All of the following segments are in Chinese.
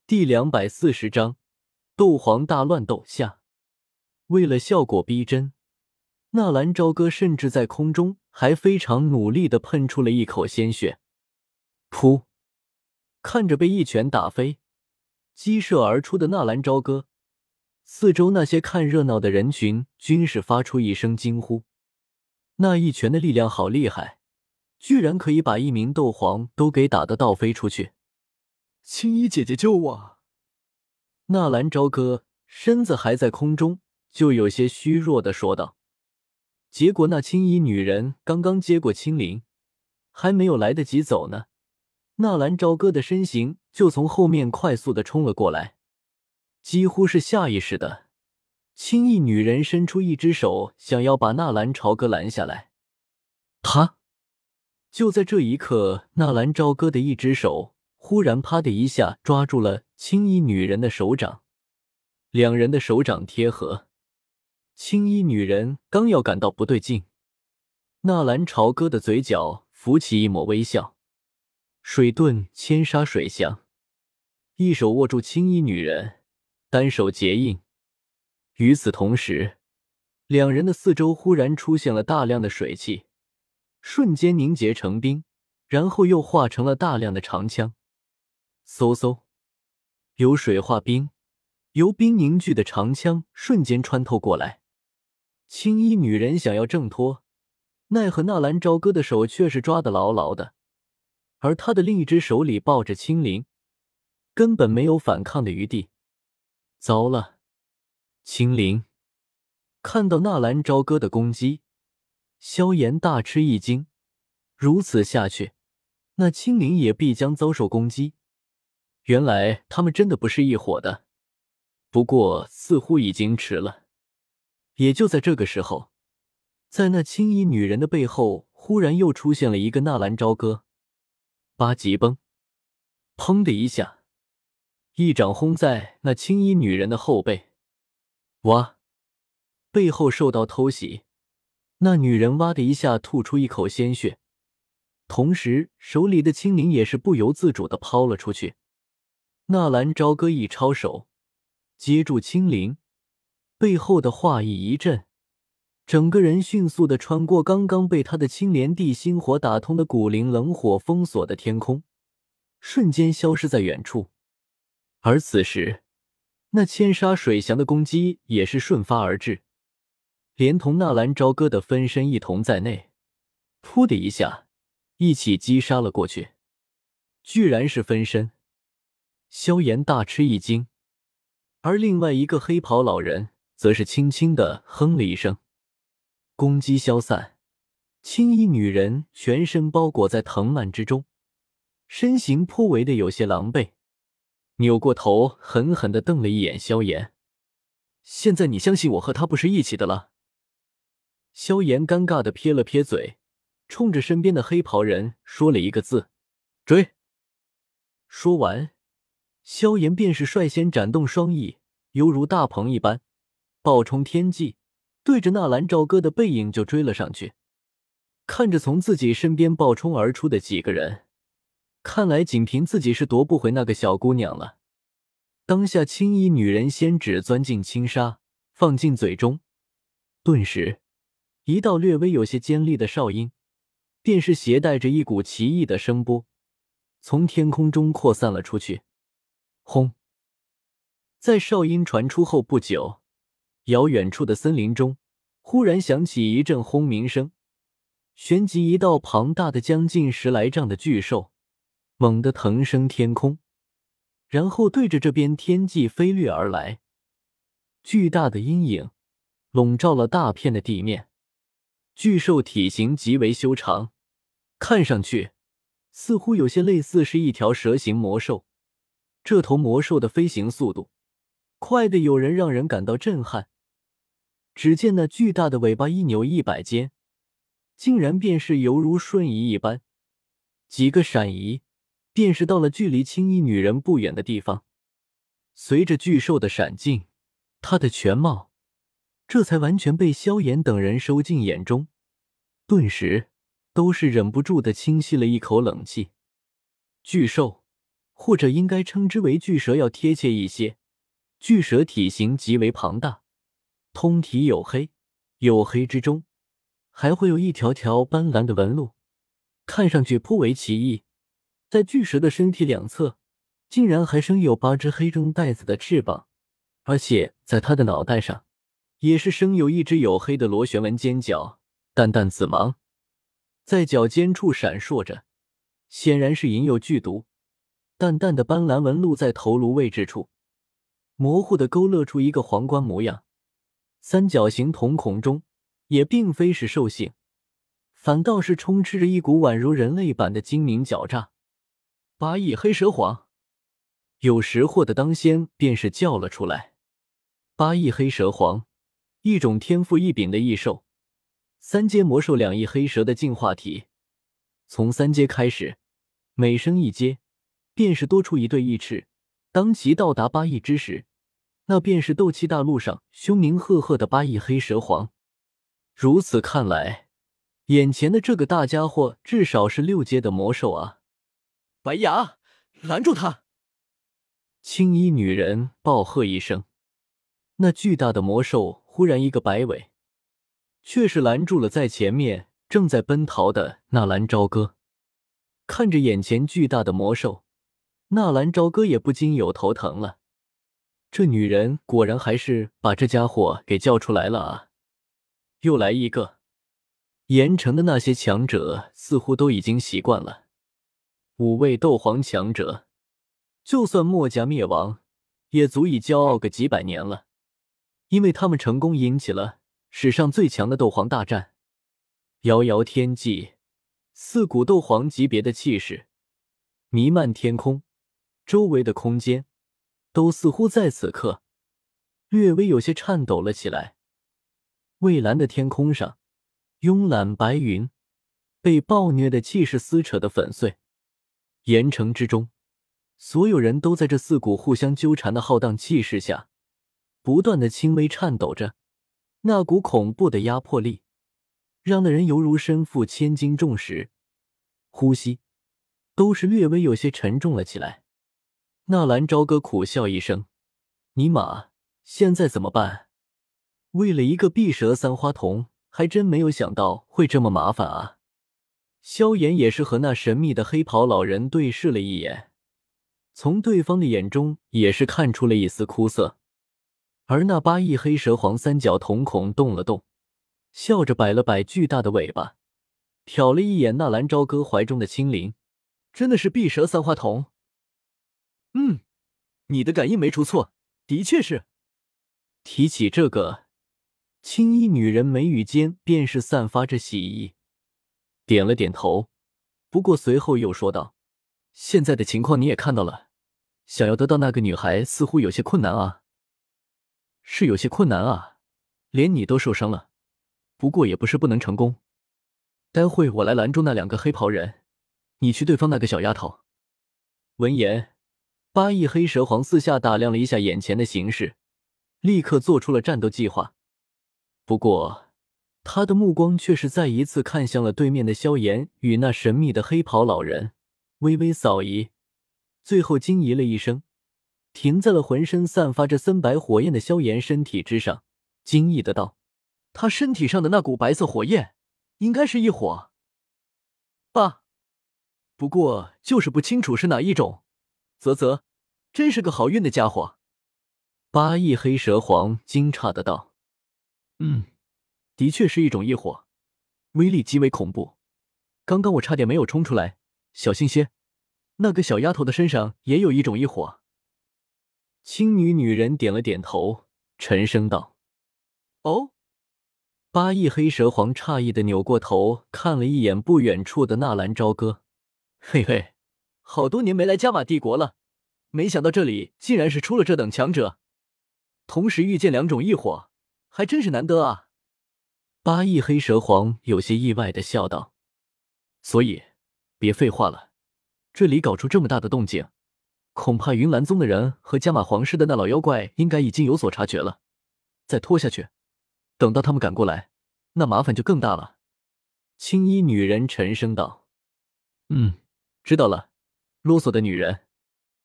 第240章斗皇大乱斗下。为了效果逼真，纳兰朝歌甚至在空中还非常努力地喷出了一口鲜血。噗！看着被一拳打飞、激射而出的纳兰朝歌，四周那些看热闹的人群均是发出一声惊呼。那一拳的力量好厉害，居然可以把一名斗皇都给打得倒飞出去。 青衣姐姐救我！ 纳兰朝歌身子还在空中，就有些虚弱地说道。结果那青衣女人刚刚接过青灵，还没有来得及走呢，纳兰朝歌的身形就从后面快速地冲了过来。几乎是下意识的，青衣女人伸出一只手，想要把纳兰朝歌拦下来。就在这一刻，纳兰朝歌的一只手忽然啪的一下抓住了青衣女人的手掌，两人的手掌贴合。青衣女人刚要感到不对劲，纳兰朝歌的嘴角浮起一抹微笑，水遁千杀水降，一手握住青衣女人，单手结印。与此同时，两人的四周忽然出现了大量的水汽，瞬间凝结成冰，然后又化成了大量的长枪。嗖嗖，由水化冰，由冰凝聚的长枪瞬间穿透过来。青衣女人想要挣脱，奈何纳兰朝歌的手却是抓得牢牢的，而他的另一只手里抱着青灵，根本没有反抗的余地。糟了！青灵看到纳兰朝歌的攻击，萧炎大吃一惊，如此下去，那青灵也必将遭受攻击。原来他们真的不是一伙的，不过似乎已经迟了。也就在这个时候，在那青衣女人的背后忽然又出现了一个纳兰朝歌。八极崩！砰的一下，一掌轰在那青衣女人的后背。哇！背后受到偷袭，那女人哇的一下吐出一口鲜血，同时手里的青灵也是不由自主地抛了出去。纳兰朝歌一抄手接住青灵，背后的画意一震，整个人迅速地穿过刚刚被他的青莲地心火打通的古灵冷火封锁的天空，瞬间消失在远处。而此时那千杀水降的攻击也是瞬发而至，连同纳兰朝歌的分身一同在内，噗的一下一起击杀了过去。居然是分身！萧炎大吃一惊，而另外一个黑袍老人则是轻轻地哼了一声。攻击消散，青衣女人全身包裹在藤蔓之中，身形颇为的有些狼狈，扭过头狠狠地瞪了一眼萧炎。现在你相信我和他不是一起的了？萧炎尴尬地撇了撇嘴，冲着身边的黑袍人说了一个字：追。说完，萧炎便是率先展动双翼，犹如大鹏一般暴冲天际，对着纳兰朝歌的背影就追了上去。看着从自己身边暴冲而出的几个人，看来仅凭自己是夺不回那个小姑娘了。当下青衣女人仙指钻进轻纱，放进嘴中，顿时一道略微有些尖利的哨音，便是携带着一股奇异的声波，从天空中扩散了出去。轰！在哨音传出后不久，遥远处的森林中忽然响起一阵轰鸣声，旋即一道庞大的将近10来丈的巨兽猛地腾升天空，然后对着这边天际飞掠而来。巨大的阴影笼罩了大片的地面，巨兽体型极为修长，看上去似乎有些类似是一条蛇形魔兽。这头魔兽的飞行速度快得有人让人感到震撼，只见那巨大的尾巴一扭一摆间，竟然便是犹如瞬移一般，几个闪移便是到了距离青衣女人不远的地方。随着巨兽的闪进，他的全貌这才完全被萧炎等人收进眼中，顿时都是忍不住地轻吸了一口冷气。巨兽或者应该称之为巨蛇要贴切一些。巨蛇体型极为庞大，通体黝黑，黝黑之中还会有一条条斑斓的纹路，看上去颇为奇异。在巨蛇的身体两侧，竟然还生有8只黑中带紫的翅膀，而且在它的脑袋上，也是生有一只黝黑的螺旋纹尖角，淡淡紫芒，在角尖处闪烁着，显然是隐有剧毒。淡淡的斑斓纹路在头颅位置处，模糊地勾勒出一个皇冠模样。三角形瞳孔中也并非是兽性，反倒是充斥着一股宛如人类般的精明狡诈。8翼黑蛇皇，有识货的当先便是叫了出来。8翼黑蛇皇，一种天赋异禀的异兽，3阶魔兽2翼黑蛇的进化体。从3阶开始，每升一阶便是多出一对翼翅，当其到达8翼之时，那便是斗气大陆上凶名赫赫的8翼黑蛇皇。如此看来，眼前的这个大家伙至少是6阶的魔兽啊！ 白牙，拦住他！ 青衣女人暴喝一声，那巨大的魔兽忽然一个摆尾，却是拦住了在前面正在奔逃的纳兰朝歌。看着眼前巨大的魔兽，纳兰朝歌也不禁有头疼了。这女人果然还是把这家伙给叫出来了啊！又来一个。盐城的那些强者似乎都已经习惯了，5位斗皇强者，就算墨家灭亡，也足以骄傲个几百年了，因为他们成功引起了史上最强的斗皇大战。遥遥天际，4股斗皇级别的气势弥漫天空，周围的空间都似乎在此刻略微有些颤抖了起来。蔚蓝的天空上，慵懒白云被暴虐的气势撕扯得粉碎。盐城之中，所有人都在这4股互相纠缠的浩荡气势下不断的轻微颤抖着，那股恐怖的压迫力让那人犹如身负千斤重石，呼吸都是略微有些沉重了起来。纳兰朝歌苦笑一声，尼玛，现在怎么办？为了一个碧蛇三花瞳，还真没有想到会这么麻烦啊。萧炎也是和那神秘的黑袍老人对视了一眼，从对方的眼中也是看出了一丝哭涩。而那8翼黑蛇皇3角瞳孔动了动，笑着摆了摆巨大的尾巴，瞟了一眼纳兰朝歌怀中的青灵，真的是碧蛇三花瞳。 你的感应没出错，的确是。 提起这个，青衣女人眉宇间便是散发着喜意，点了点头，不过随后又说道：现在的情况你也看到了，想要得到那个女孩似乎有些困难啊。是有些困难啊，连你都受伤了，不过也不是不能成功。待会我来拦住那2个黑袍人，你去对方那个小丫头。闻言，8翼黑蛇皇四下打量了一下眼前的形势，立刻做出了战斗计划。不过他的目光却是再一次看向了对面的萧炎与那神秘的黑袍老人，微微扫移，最后惊疑了一声，停在了浑身散发着森白火焰的萧炎身体之上，惊异的道：他身体上的那股白色火焰应该是异火吧，不过就是不清楚是哪一种。啧，真是个好运的家伙。8翼黑蛇皇惊诧的道：的确是一种异火，威力极为恐怖，刚刚我差点没有冲出来，小心些，那个小丫头的身上也有一种异火。青女女人点了点头，沉声道：哦。8翼黑蛇皇诧异的扭过头看了一眼不远处的纳兰朝歌，嘿嘿，好多年没来加玛帝国了，没想到这里竟然是出了这等强者，同时遇见2种异火，还真是难得啊。8翼黑蛇皇有些意外的笑道：所以别废话了，这里搞出这么大的动静，恐怕云岚宗的人和加玛皇室的那老妖怪应该已经有所察觉了，再拖下去，等到他们赶过来，那麻烦就更大了。青衣女人沉声道：知道了，啰嗦的女人。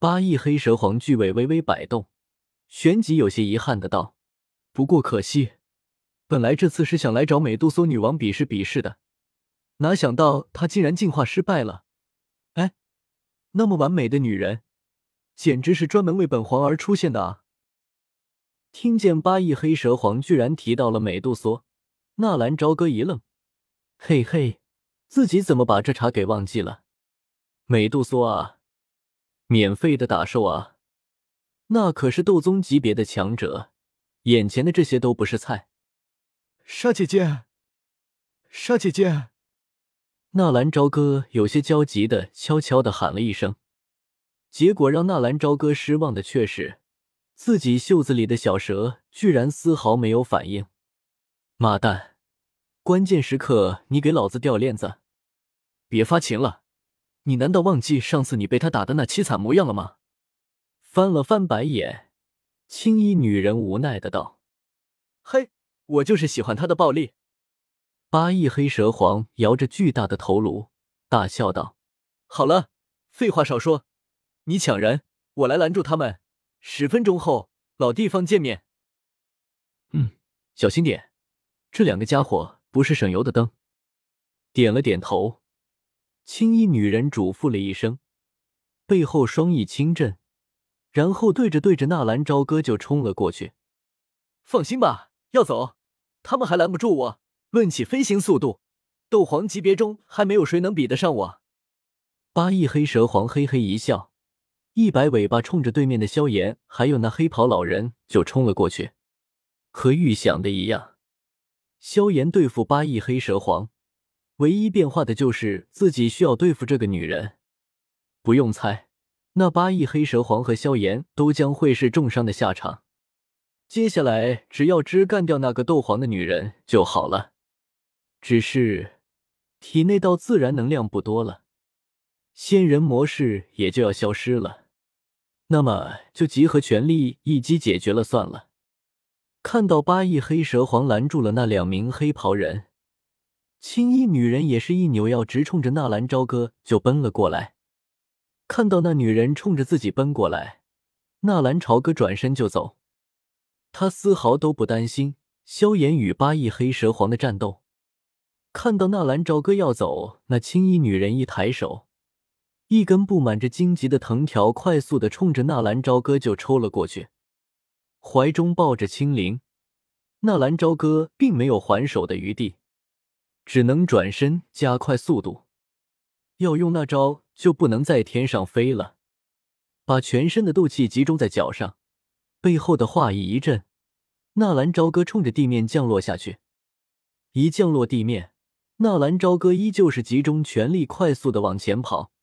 八翼黑蛇皇巨尾微微摆动，旋即有些遗憾的道：“不过可惜，本来这次是想来找美杜莎女王比试比试的，哪想到她竟然进化失败了。哎，那么完美的女人，简直是专门为本皇而出现的啊！”听见八翼黑蛇皇居然提到了美杜莎，纳兰朝歌一愣，嘿嘿，自己怎么把这茬给忘记了？美杜莎啊，免费的打兽啊，那可是斗宗级别的强者，眼前的这些都不是菜。 沙姐姐，沙姐姐！ 纳兰朝歌有些焦急的悄悄地喊了一声，结果让纳兰朝歌失望的却是，自己袖子里的小蛇居然丝毫没有反应。妈蛋，关键时刻你给老子掉链子！别发情了，你难道忘记上次你被他打的那凄惨模样了吗？翻了翻白眼，青衣女人无奈的道：“ 嘿，我就是喜欢他的暴力。” 八翼黑蛇皇摇着巨大的头颅，大笑道：“ 好了，废话少说，你抢人，我来拦住他们。10分钟后，老地方见面。” 小心点，这两个家伙不是省油的灯。点了点头，青衣女人嘱咐了一声，背后双翼轻震，然后对着纳兰朝歌就冲了过去。 放心吧，要走，他们还拦不住我。论起飞行速度，斗皇级别中还没有谁能比得上我。 八翼黑蛇皇嘿嘿一笑，一摆尾巴冲着对面的萧炎还有那黑袍老人就冲了过去。和预想的一样，萧炎对付八翼黑蛇皇，唯一变化的就是自己需要对付这个女人。不用猜，那八翼黑蛇皇和萧炎都将会是重伤的下场。接下来只要只干掉那个斗皇的女人就好了。只是体内道自然能量不多了，仙人模式也就要消失了，那么就集合全力一击解决了算了。看到八翼黑蛇皇拦住了那2名黑袍人，青衣女人也是一扭腰，直冲着纳兰朝歌就奔了过来。看到那女人冲着自己奔过来，纳兰朝歌转身就走，他丝毫都不担心萧炎与八翼黑蛇皇的战斗。看到纳兰朝歌要走，那青衣女人一抬手，一根布满着荆棘的藤条快速地冲着纳兰朝歌就抽了过去。怀中抱着青灵，纳兰朝歌并没有还手的余地，只能转身加快速度。要用那招就不能在天上飞了，把全身的斗气集中在脚上，背后的话意一震，纳兰朝歌冲着地面降落下去。一降落地面，纳兰朝歌依旧是集中全力快速的往前跑。